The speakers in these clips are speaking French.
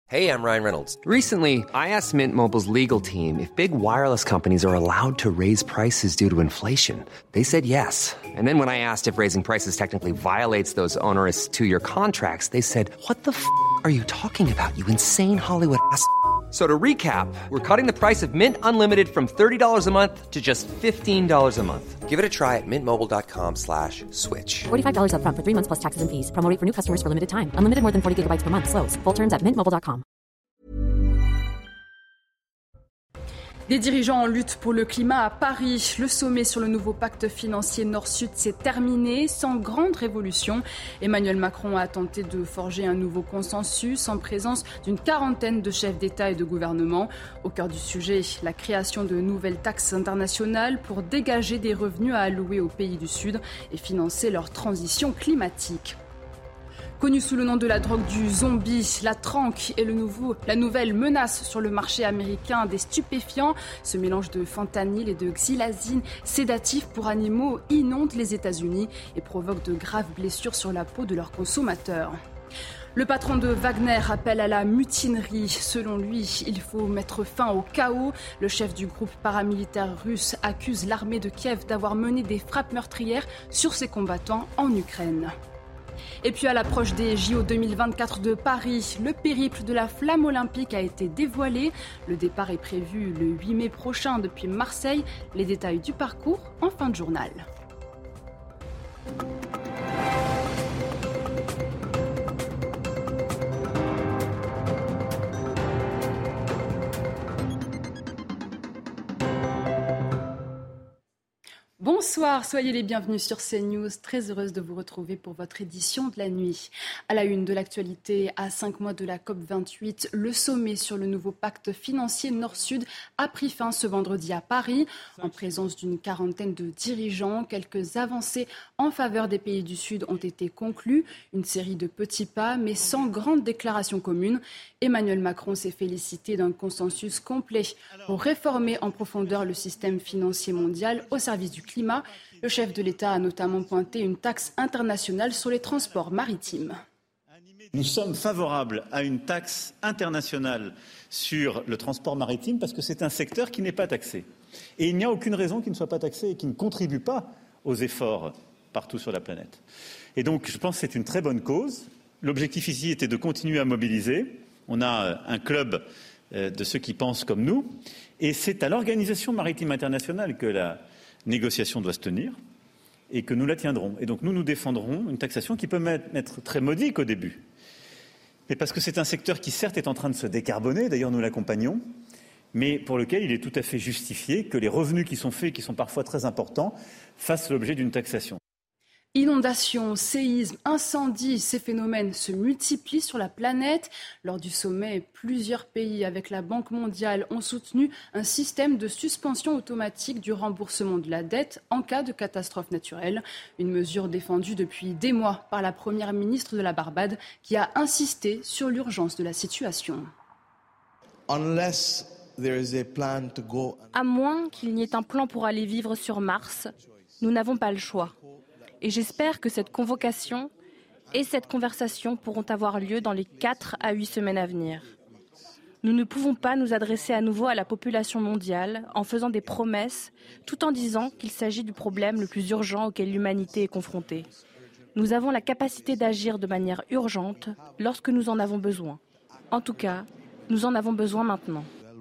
Hey, I'm Ryan Reynolds. Recently, I asked Mint Mobile's legal team if big wireless companies are allowed to raise prices due to inflation. They said yes. And then when I asked if raising prices technically violates those onerous two-year contracts, they said, "What the f*** are you talking about, you insane Hollywood ass?" So to recap, we're cutting the price of Mint Unlimited from $30 a month to just $15 a month. Give it a try at mintmobile.com/switch. $45 up front for 3 months plus taxes and fees. Promo rate for new customers for limited time. Unlimited more than 40 gigabytes per month. Slows full terms at mintmobile.com. Des dirigeants en lutte pour le climat à Paris. Le sommet sur le nouveau pacte financier Nord-Sud s'est terminé sans grande révolution. Emmanuel Macron a tenté de forger un nouveau consensus en présence d'une quarantaine de chefs d'État et de gouvernement. Au cœur du sujet, la création de nouvelles taxes internationales pour dégager des revenus à allouer aux pays du Sud et financer leur transition climatique. Connue sous le nom de la drogue du zombie, la tranque est la nouvelle menace sur le marché américain des stupéfiants. Ce mélange de fentanyl et de xylazine sédatif pour animaux inonde les États-Unis et provoque de graves blessures sur la peau de leurs consommateurs. Le patron de Wagner appelle à la mutinerie. Selon lui, il faut mettre fin au chaos. Le chef du groupe paramilitaire russe accuse l'armée de Kiev d'avoir mené des frappes meurtrières sur ses combattants en Ukraine. Et puis à l'approche des JO 2024 de Paris, le périple de la flamme olympique a été dévoilé. Le départ est prévu le 8 mai prochain depuis Marseille. Les détails du parcours en fin de journal. Bonsoir, soyez les bienvenus sur CNews. Très heureuse de vous retrouver pour votre édition de la nuit. À la une de l'actualité, à 5 mois de la COP28, le sommet sur le nouveau pacte financier Nord-Sud a pris fin ce vendredi à Paris. En présence d'une quarantaine de dirigeants, quelques avancées en faveur des pays du Sud ont été conclues. Une série de petits pas, mais sans grande déclaration commune. Emmanuel Macron s'est félicité d'un consensus complet pour réformer en profondeur le système financier mondial au service du climat. Le chef de l'État a notamment pointé une taxe internationale sur les transports maritimes. Nous sommes favorables à une taxe internationale sur le transport maritime parce que c'est un secteur qui n'est pas taxé. Et il n'y a aucune raison qu'il ne soit pas taxé et qu'il ne contribue pas aux efforts partout sur la planète. Et donc je pense que c'est une très bonne cause. L'objectif ici était de continuer à mobiliser. On a un club de ceux qui pensent comme nous. Et c'est à l'Organisation maritime internationale que la négociation doit se tenir et que nous la tiendrons. Et donc nous défendrons une taxation qui peut être très modique au début. Mais parce que c'est un secteur qui certes est en train de se décarboner, d'ailleurs nous l'accompagnons, mais pour lequel il est tout à fait justifié que les revenus qui sont faits, qui sont parfois très importants, fassent l'objet d'une taxation. Inondations, séismes, incendies, ces phénomènes se multiplient sur la planète. Lors du sommet, plusieurs pays avec la Banque mondiale ont soutenu un système de suspension automatique du remboursement de la dette en cas de catastrophe naturelle. Une mesure défendue depuis des mois par la première ministre de la Barbade qui a insisté sur l'urgence de la situation. À moins qu'il n'y ait un plan pour aller vivre sur Mars, nous n'avons pas le choix. Et j'espère que cette convocation et cette conversation pourront avoir lieu dans les 4 à 8 semaines à venir. Nous ne pouvons pas nous adresser à nouveau à la population mondiale en faisant des promesses tout en disant qu'il s'agit du problème le plus urgent auquel l'humanité est confrontée. Nous avons la capacité d'agir de manière urgente lorsque nous en avons besoin. En tout cas, nous en avons besoin maintenant.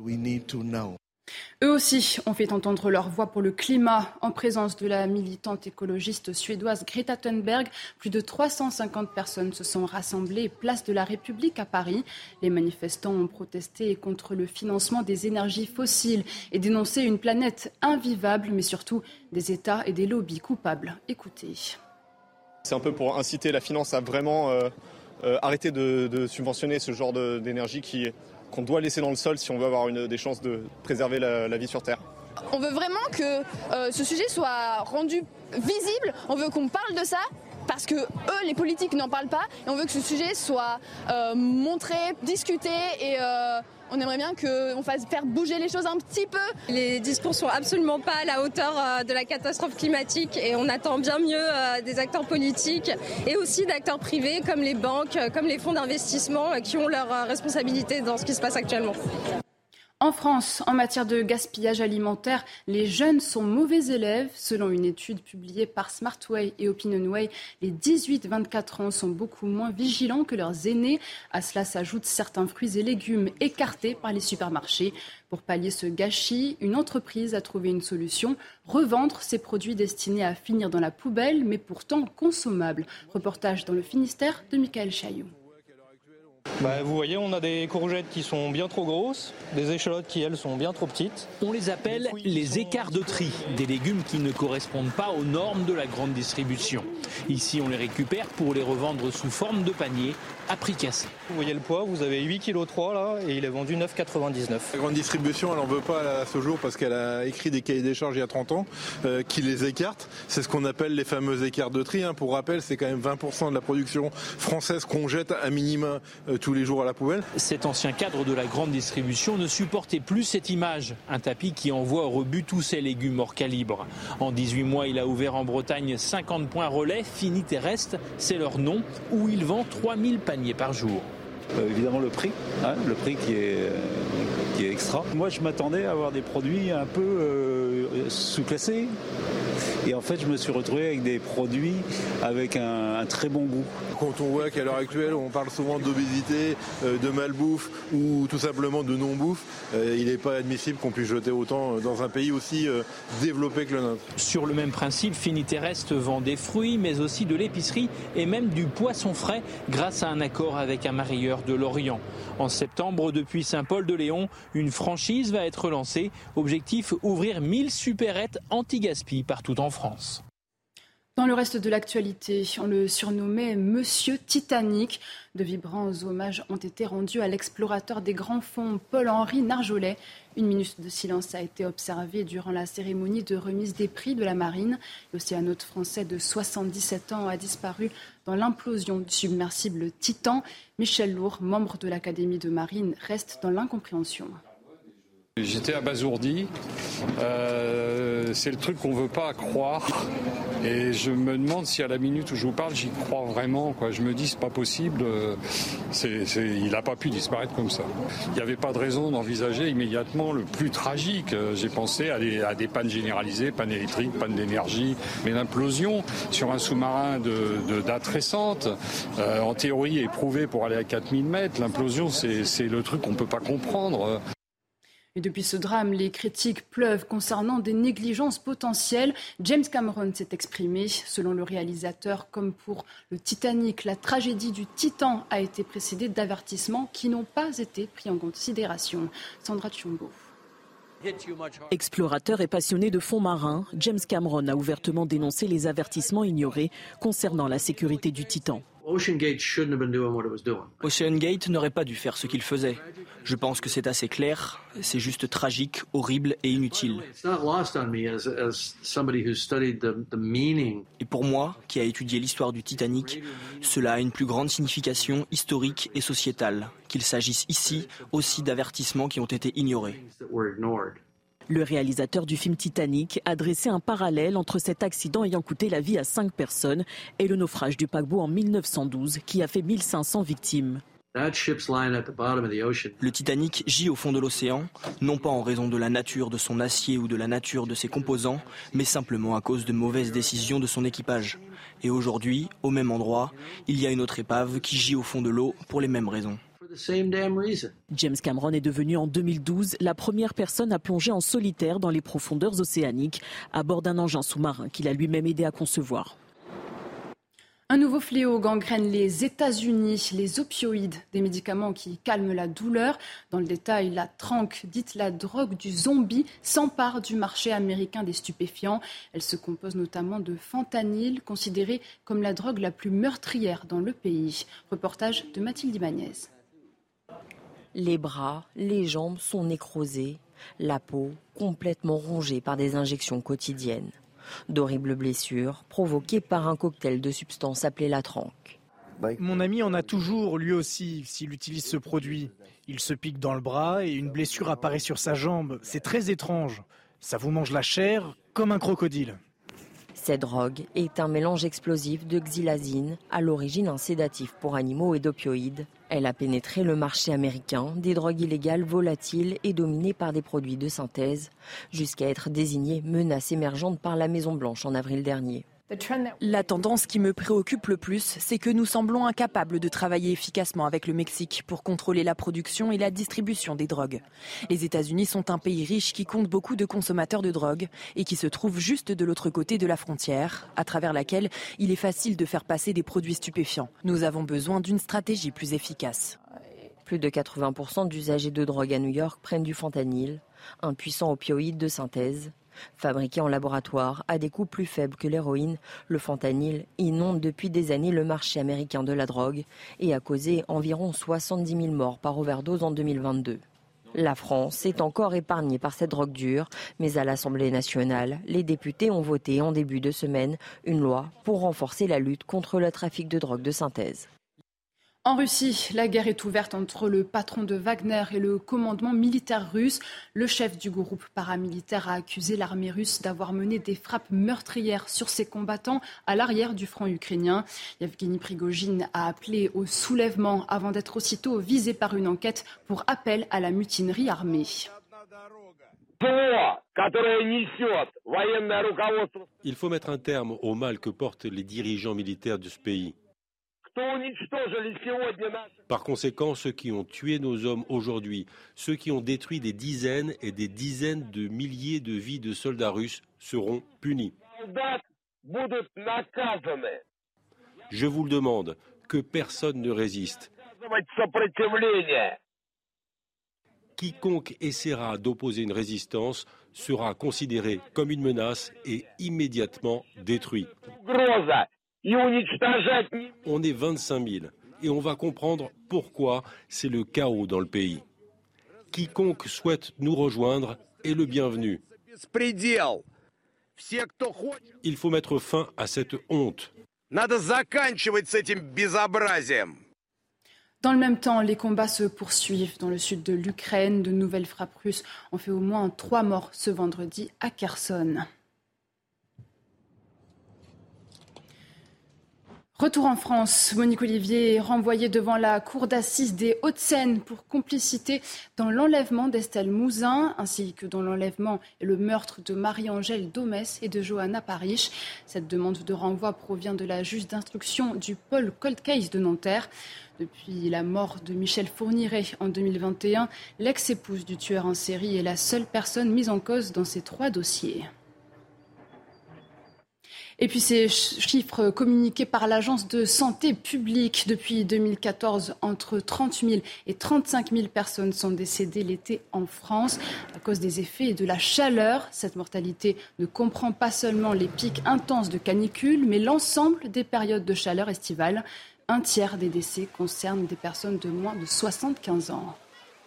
Eux aussi ont fait entendre leur voix pour le climat. En présence de la militante écologiste suédoise Greta Thunberg, plus de 350 personnes se sont rassemblées place de la République à Paris. Les manifestants ont protesté contre le financement des énergies fossiles et dénoncé une planète invivable, mais surtout des États et des lobbies coupables. Écoutez. C'est un peu pour inciter la finance à vraiment arrêter de subventionner ce genre d'énergie qu'on doit laisser dans le sol si on veut avoir des chances de préserver la vie sur Terre. On veut vraiment que ce sujet soit rendu visible, on veut qu'on parle de ça parce que eux, les politiques, n'en parlent pas. Et on veut que ce sujet soit montré, discuté et on aimerait bien qu'on fasse faire bouger les choses un petit peu. Les discours sont absolument pas à la hauteur de la catastrophe climatique et on attend bien mieux des acteurs politiques et aussi d'acteurs privés comme les banques, comme les fonds d'investissement qui ont leurs responsabilités dans ce qui se passe actuellement. En France, en matière de gaspillage alimentaire, les jeunes sont mauvais élèves. Selon une étude publiée par Smartway et Opinionway, les 18-24 ans sont beaucoup moins vigilants que leurs aînés. À cela s'ajoutent certains fruits et légumes écartés par les supermarchés. Pour pallier ce gâchis, une entreprise a trouvé une solution, revendre ces produits destinés à finir dans la poubelle, mais pourtant consommables. Reportage dans le Finistère de Michael Chailloux. Vous voyez, on a des courgettes qui sont bien trop grosses, des échalotes qui, elles, sont bien trop petites. On les appelle les écarts de tri, des légumes qui ne correspondent pas aux normes de la grande distribution. Ici, on les récupère pour les revendre sous forme de panier à prix cassé. Vous voyez le poids, vous avez 8,3 kg là, et il est vendu 9,99. La grande distribution, elle n'en veut pas à ce jour parce qu'elle a écrit des cahiers des charges il y a 30 ans qui les écartent. C'est ce qu'on appelle les fameux écarts de tri. Pour rappel, c'est quand même 20% de la production française qu'on jette à minima tous les jours à la poubelle. Cet ancien cadre de la grande distribution ne supportait plus cette image. Un tapis qui envoie au rebut tous ses légumes hors calibre. En 18 mois, il a ouvert en Bretagne 50 points relais. Finité Reste, c'est leur nom, où il vend 3000 paniers par jour. Évidemment le prix qui est extra. Moi je m'attendais à avoir des produits un peu sous-classés et en fait je me suis retrouvé avec des produits avec un très bon goût. Quand on voit qu'à l'heure actuelle on parle souvent d'obésité, de malbouffe ou tout simplement de non-bouffe, il n'est pas admissible qu'on puisse jeter autant dans un pays aussi développé que le nôtre. Sur le même principe, Finité Reste vend des fruits mais aussi de l'épicerie et même du poisson frais grâce à un accord avec un marailleur de Lorient. En septembre, depuis Saint-Paul-de-Léon, une franchise va être lancée. Objectif, ouvrir 1000 supérettes anti-gaspi partout en France. Dans le reste de l'actualité, on le surnommait Monsieur Titanic. De vibrants hommages ont été rendus à l'explorateur des grands fonds Paul-Henri Narjolet. Une minute de silence a été observée durant la cérémonie de remise des prix de la marine. L'océanaute français de 77 ans a disparu dans l'implosion du submersible Titan. Michel Lourd, membre de l'Académie de marine, reste dans l'incompréhension. J'étais abasourdi, c'est le truc qu'on ne veut pas croire et je me demande si à la minute où je vous parle j'y crois vraiment. Je me dis c'est pas possible, il n'a pas pu disparaître comme ça. Il n'y avait pas de raison d'envisager immédiatement le plus tragique. J'ai pensé à des pannes généralisées, pannes électriques, pannes d'énergie, mais l'implosion sur un sous-marin de date récente, en théorie éprouvée pour aller à 4000 mètres, l'implosion c'est le truc qu'on ne peut pas comprendre. Et depuis ce drame, les critiques pleuvent concernant des négligences potentielles. James Cameron s'est exprimé. Selon le réalisateur, comme pour le Titanic, la tragédie du Titan a été précédée d'avertissements qui n'ont pas été pris en considération. Sandra Tchombo. Explorateur et passionné de fonds marins, James Cameron a ouvertement dénoncé les avertissements ignorés concernant la sécurité du Titan. Ocean Gate n'aurait pas dû faire ce qu'il faisait. Je pense que c'est assez clair, c'est juste tragique, horrible et inutile. Et pour moi, qui a étudié l'histoire du Titanic, cela a une plus grande signification historique et sociétale, qu'il s'agisse ici aussi d'avertissements qui ont été ignorés. Le réalisateur du film Titanic a dressé un parallèle entre cet accident ayant coûté la vie à 5 personnes et le naufrage du paquebot en 1912 qui a fait 1500 victimes. Le Titanic gît au fond de l'océan, non pas en raison de la nature de son acier ou de la nature de ses composants, mais simplement à cause de mauvaises décisions de son équipage. Et aujourd'hui, au même endroit, il y a une autre épave qui gît au fond de l'eau pour les mêmes raisons. James Cameron est devenu en 2012 la première personne à plonger en solitaire dans les profondeurs océaniques à bord d'un engin sous-marin qu'il a lui-même aidé à concevoir. Un nouveau fléau gangrène les États-Unis, les opioïdes, des médicaments qui calment la douleur. Dans le détail, la tranque, dite la drogue du zombie, s'empare du marché américain des stupéfiants. Elle se compose notamment de fentanyl, considérée comme la drogue la plus meurtrière dans le pays. Reportage de Mathilde Ibanez. Les bras, les jambes sont nécrosés, la peau complètement rongée par des injections quotidiennes. D'horribles blessures provoquées par un cocktail de substances appelé la tranque. Mon ami en a toujours, lui aussi, s'il utilise ce produit. Il se pique dans le bras et une blessure apparaît sur sa jambe. C'est très étrange. Ça vous mange la chair comme un crocodile. Cette drogue est un mélange explosif de xylazine, à l'origine un sédatif pour animaux et d'opioïdes. Elle a pénétré le marché américain des drogues illégales volatiles et dominées par des produits de synthèse, jusqu'à être désignée menace émergente par la Maison-Blanche en avril dernier. La tendance qui me préoccupe le plus, c'est que nous semblons incapables de travailler efficacement avec le Mexique pour contrôler la production et la distribution des drogues. Les États-Unis sont un pays riche qui compte beaucoup de consommateurs de drogue et qui se trouve juste de l'autre côté de la frontière, à travers laquelle il est facile de faire passer des produits stupéfiants. Nous avons besoin d'une stratégie plus efficace. Plus de 80% d'usagers de drogue à New York prennent du fentanyl, un puissant opioïde de synthèse. Fabriqué en laboratoire à des coûts plus faibles que l'héroïne, le fentanyl inonde depuis des années le marché américain de la drogue et a causé environ 70 000 morts par overdose en 2022. La France est encore épargnée par cette drogue dure, mais à l'Assemblée nationale, les députés ont voté en début de semaine une loi pour renforcer la lutte contre le trafic de drogue de synthèse. En Russie, la guerre est ouverte entre le patron de Wagner et le commandement militaire russe. Le chef du groupe paramilitaire a accusé l'armée russe d'avoir mené des frappes meurtrières sur ses combattants à l'arrière du front ukrainien. Yevgeny Prigojine a appelé au soulèvement avant d'être aussitôt visé par une enquête pour appel à la mutinerie armée. Il faut mettre un terme au mal que portent les dirigeants militaires de ce pays. Par conséquent, ceux qui ont tué nos hommes aujourd'hui, ceux qui ont détruit des dizaines et des dizaines de milliers de vies de soldats russes seront punis. Je vous le demande, que personne ne résiste. Quiconque essaiera d'opposer une résistance sera considéré comme une menace et immédiatement détruit. On est 25 000 et on va comprendre pourquoi c'est le chaos dans le pays. Quiconque souhaite nous rejoindre est le bienvenu. Il faut mettre fin à cette honte. Dans le même temps, les combats se poursuivent dans le sud de l'Ukraine. De nouvelles frappes russes ont fait au moins 3 morts ce vendredi à Kherson. Retour en France, Monique Olivier est renvoyée devant la cour d'assises des Hauts-de-Seine pour complicité dans l'enlèvement d'Estelle Mouzin, ainsi que dans l'enlèvement et le meurtre de Marie-Angèle Domès et de Johanna Parrish. Cette demande de renvoi provient de la juge d'instruction du pôle Cold Case de Nanterre. Depuis la mort de Michel Fourniret en 2021, l'ex-épouse du tueur en série est la seule personne mise en cause dans ces 3 dossiers. Et puis ces chiffres communiqués par l'Agence de santé publique depuis 2014, entre 30 000 et 35 000 personnes sont décédées l'été en France à cause des effets de la chaleur. Cette mortalité ne comprend pas seulement les pics intenses de canicule, mais l'ensemble des périodes de chaleur estivale. Un tiers des décès concernent des personnes de moins de 75 ans.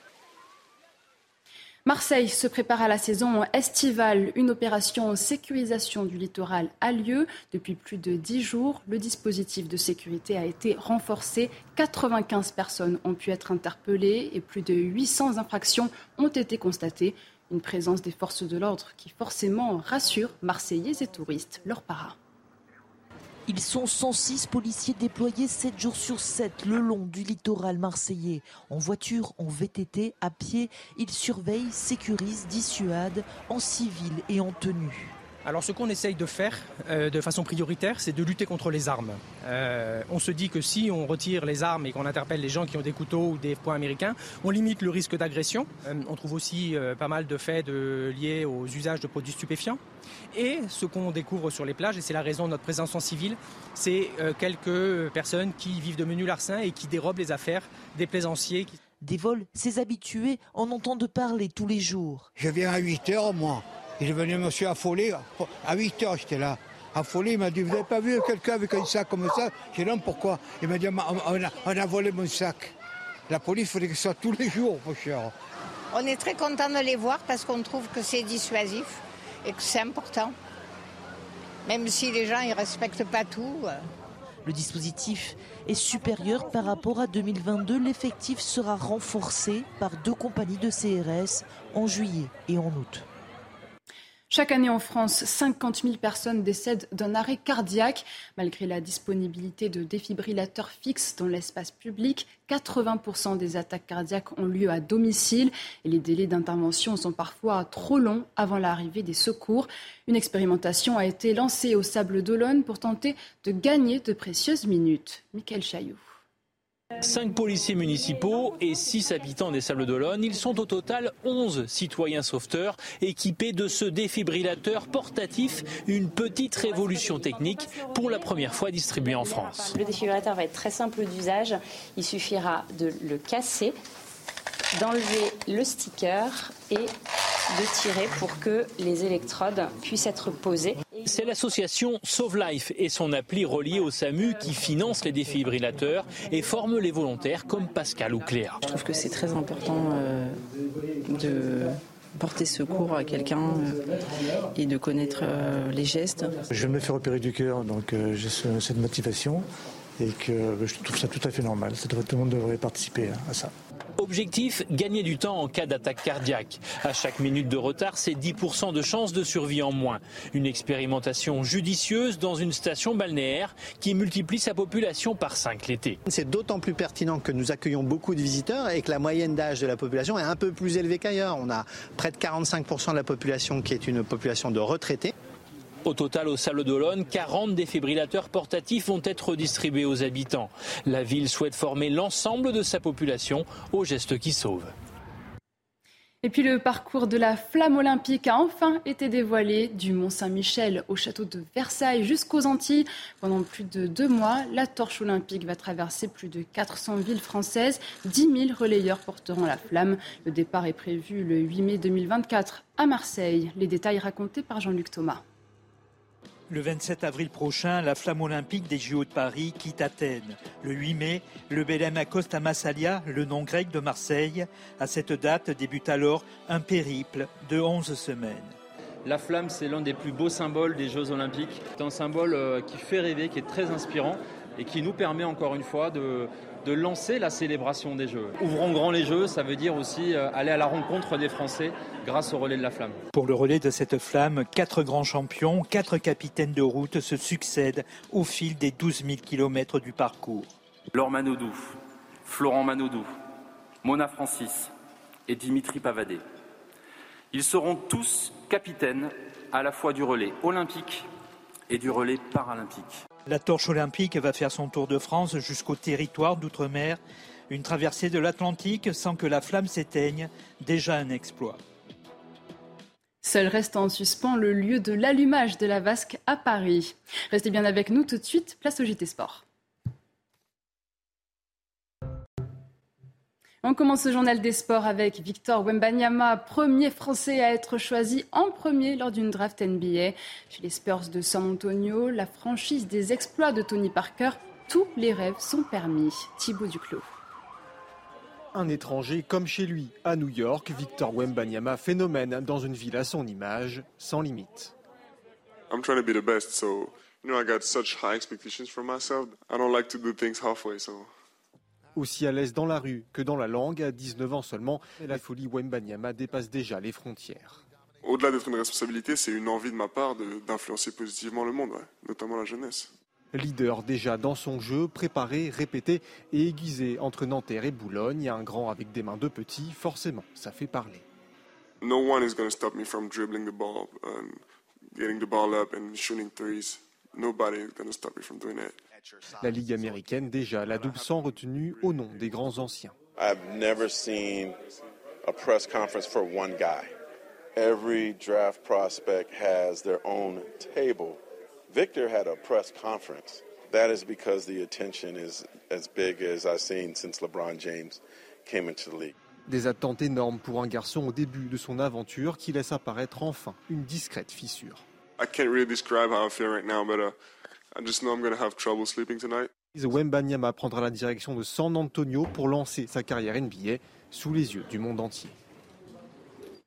Marseille se prépare à la saison estivale. Une opération sécurisation du littoral a lieu. Depuis plus de 10 jours, le dispositif de sécurité a été renforcé. 95 personnes ont pu être interpellées et plus de 800 infractions ont été constatées. Une présence des forces de l'ordre qui forcément rassure Marseillais et touristes, leurs paras. Ils sont 106 policiers déployés 7 jours sur 7 le long du littoral marseillais. En voiture, en VTT, à pied, ils surveillent, sécurisent, dissuadent, en civil et en tenue. Alors ce qu'on essaye de faire de façon prioritaire, c'est de lutter contre les armes. On se dit que si on retire les armes et qu'on interpelle les gens qui ont des couteaux ou des poings américains, on limite le risque d'agression. On trouve aussi pas mal de faits liés aux usages de produits stupéfiants. Et ce qu'on découvre sur les plages, et c'est la raison de notre présence en civil, c'est quelques personnes qui vivent de menus larcins et qui dérobent les affaires des plaisanciers. Des vols, ces habitués en entendent parler tous les jours. Je viens à 8h, moi. Il est venu monsieur affolé, à 8h j'étais là, affolé, il m'a dit, vous n'avez pas vu quelqu'un avec un sac comme ça? J'ai dit non, pourquoi? Il m'a dit, on a volé mon sac. La police, il faudrait que ce soit tous les jours, mon cher. On est très content de les voir parce qu'on trouve que c'est dissuasif et que c'est important. même si les gens ne respectent pas tout. Le dispositif est supérieur par rapport à 2022. L'effectif sera renforcé par 2 compagnies de CRS en juillet et en août. Chaque année en France, 50 000 personnes décèdent d'un arrêt cardiaque. Malgré la disponibilité de défibrillateurs fixes dans l'espace public, 80% des attaques cardiaques ont lieu à domicile et les délais d'intervention sont parfois trop longs avant l'arrivée des secours. Une expérimentation a été lancée au Sables-d'Olonne pour tenter de gagner de précieuses minutes. Mickaël Chailloux. 5 policiers municipaux et 6 habitants des Sables-d'Olonne. Ils sont au total 11 citoyens sauveteurs équipés de ce défibrillateur portatif, une petite révolution technique pour la première fois distribuée en France. Le défibrillateur va être très simple d'usage. Il suffira de le casser, d'enlever le sticker et de tirer pour que les électrodes puissent être posées. C'est l'association Sauve Life et son appli reliée au SAMU qui finance les défibrillateurs et forme les volontaires comme Pascal ou Cléa. Je trouve que c'est très important de porter secours à quelqu'un et de connaître les gestes. Je me fais repérer du cœur, donc j'ai cette motivation et que je trouve ça tout à fait normal. Tout le monde devrait participer à ça. Objectif, gagner du temps en cas d'attaque cardiaque. À chaque minute de retard, c'est 10% de chances de survie en moins. Une expérimentation judicieuse dans une station balnéaire qui multiplie sa population par 5 l'été. C'est d'autant plus pertinent que nous accueillons beaucoup de visiteurs et que la moyenne d'âge de la population est un peu plus élevée qu'ailleurs. On a près de 45% de la population qui est une population de retraités. Au total, au Sables-d'Olonne, 40 défibrillateurs portatifs vont être distribués aux habitants. La ville souhaite former l'ensemble de sa population aux gestes qui sauvent. Et puis le parcours de la flamme olympique a enfin été dévoilé du Mont-Saint-Michel au château de Versailles jusqu'aux Antilles. Pendant plus de 2 mois, la torche olympique va traverser plus de 400 villes françaises. 10 000 relayeurs porteront la flamme. Le départ est prévu le 8 mai 2024 à Marseille. Les détails racontés par Jean-Luc Thomas. Le 27 avril prochain, la flamme olympique des JO de Paris quitte Athènes. Le 8 mai, le Belém accoste à Massalia, le nom grec de Marseille. À cette date débute alors un périple de 11 semaines. La flamme, c'est l'un des plus beaux symboles des Jeux olympiques. C'est un symbole qui fait rêver, qui est très inspirant et qui nous permet encore une fois de lancer la célébration des Jeux. Ouvrons grand les Jeux, ça veut dire aussi aller à la rencontre des Français grâce au relais de la flamme. Pour le relais de cette flamme, 4 grands champions, 4 capitaines de route se succèdent au fil des 12 000 kilomètres du parcours. Laure Manodou, Florent Manodou, Mona Francis et Dimitri Pavadé. Ils seront tous capitaines à la fois du relais olympique et du relais paralympique. La torche olympique va faire son tour de France jusqu'au territoire d'outre-mer. Une traversée de l'Atlantique sans que la flamme s'éteigne, déjà un exploit. Seul reste en suspens le lieu de l'allumage de la vasque à Paris. Restez bien avec nous tout de suite, place au JT Sport. On commence ce journal des sports avec Victor Wembanyama, premier Français à être choisi en premier lors d'une draft NBA. Chez les Spurs de San Antonio, la franchise des exploits de Tony Parker, tous les rêves sont permis. Thibaut Duclos. Un étranger comme chez lui, à New York, Victor Wembanyama, phénomène dans une ville à son image, sans limite. I'm trying to be the best, so I got such high expectations for myself. I don't like to do things halfway, so. Aussi à l'aise dans la rue que dans la langue, à 19 ans seulement, la folie Wembanyama dépasse déjà les frontières. Au-delà d'être une responsabilité, c'est une envie de ma part d'influencer positivement le monde, notamment la jeunesse. Leader déjà dans son jeu, préparé, répété et aiguisé entre Nanterre et Boulogne, un grand avec des mains de petits, forcément, ça fait parler. No one is going to stop me from dribbling the ball, getting the ball up and shooting threes. Nobody is going to stop me from doing that. La Ligue américaine déjà la double sans retenue au nom des grands anciens. I've never seen a press conference for one guy. Every draft prospect has their own table. Victor had a press conference. That is because the attention is as big as I've seen since LeBron James came into the league. Des attentes énormes pour un garçon au début de son aventure qui laisse apparaître enfin une discrète fissure. I can't really describe how I feel right now, but I just know I'm going to have trouble sleeping tonight. Wembanyama prendra la direction de San Antonio pour lancer sa carrière NBA sous les yeux du monde entier.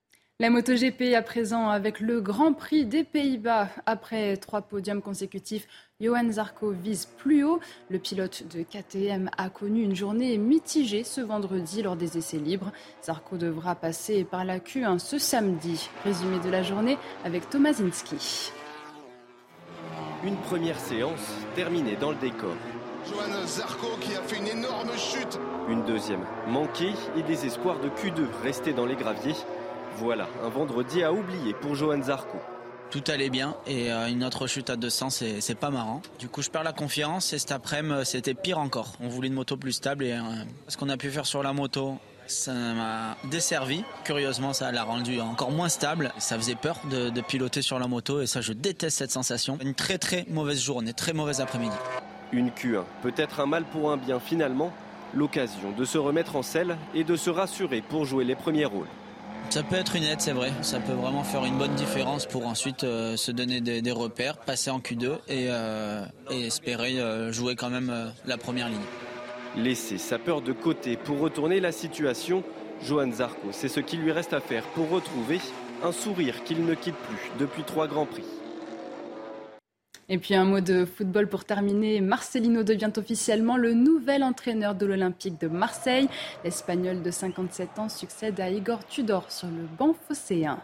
La MotoGP à présent avec le Grand Prix des Pays-Bas. Après 3 podiums consécutifs, Johan Zarco vise plus haut. Le pilote de KTM a connu une journée mitigée ce vendredi lors des essais libres. Zarco devra passer par la Q1 ce samedi. Résumé de la journée avec Thomas Zinski. Une première séance terminée dans le décor. Johan Zarco qui a fait une énorme chute. Une deuxième manquée et des espoirs de Q2 restés dans les graviers. Voilà, un vendredi à oublier pour Johan Zarco. Tout allait bien et une autre chute à 200, c'est pas marrant. Du coup, je perds la confiance et cet après-midi, c'était pire encore. On voulait une moto plus stable et ce qu'on a pu faire sur la moto, ça m'a desservi. Curieusement, ça l'a rendu encore moins stable. Ça faisait peur de piloter sur la moto et ça, je déteste cette sensation. Une très très mauvaise journée, très mauvaise après-midi. Une Q1, peut-être un mal pour un bien finalement. L'occasion de se remettre en selle et de se rassurer pour jouer les premiers rôles. Ça peut être une aide, c'est vrai. Ça peut vraiment faire une bonne différence pour ensuite se donner des repères, passer en Q2 et espérer jouer quand même la première ligne. Laisser sa peur de côté pour retourner la situation, Johan Zarco, c'est ce qui lui reste à faire pour retrouver un sourire qu'il ne quitte plus depuis 3 Grands Prix. Et puis un mot de football pour terminer. Marcelino devient officiellement le nouvel entraîneur de l'Olympique de Marseille. L'Espagnol de 57 ans succède à Igor Tudor sur le banc phocéen.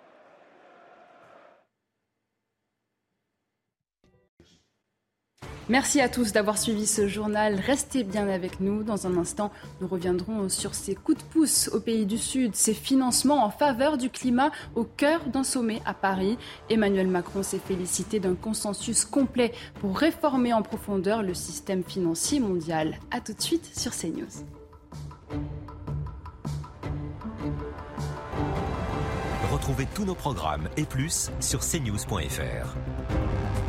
Merci à tous d'avoir suivi ce journal. Restez bien avec nous. Dans un instant, nous reviendrons sur ces coups de pouce au pays du Sud, ces financements en faveur du climat au cœur d'un sommet à Paris. Emmanuel Macron s'est félicité d'un consensus complet pour réformer en profondeur le système financier mondial. A tout de suite sur CNews. Retrouvez tous nos programmes et plus sur cnews.fr.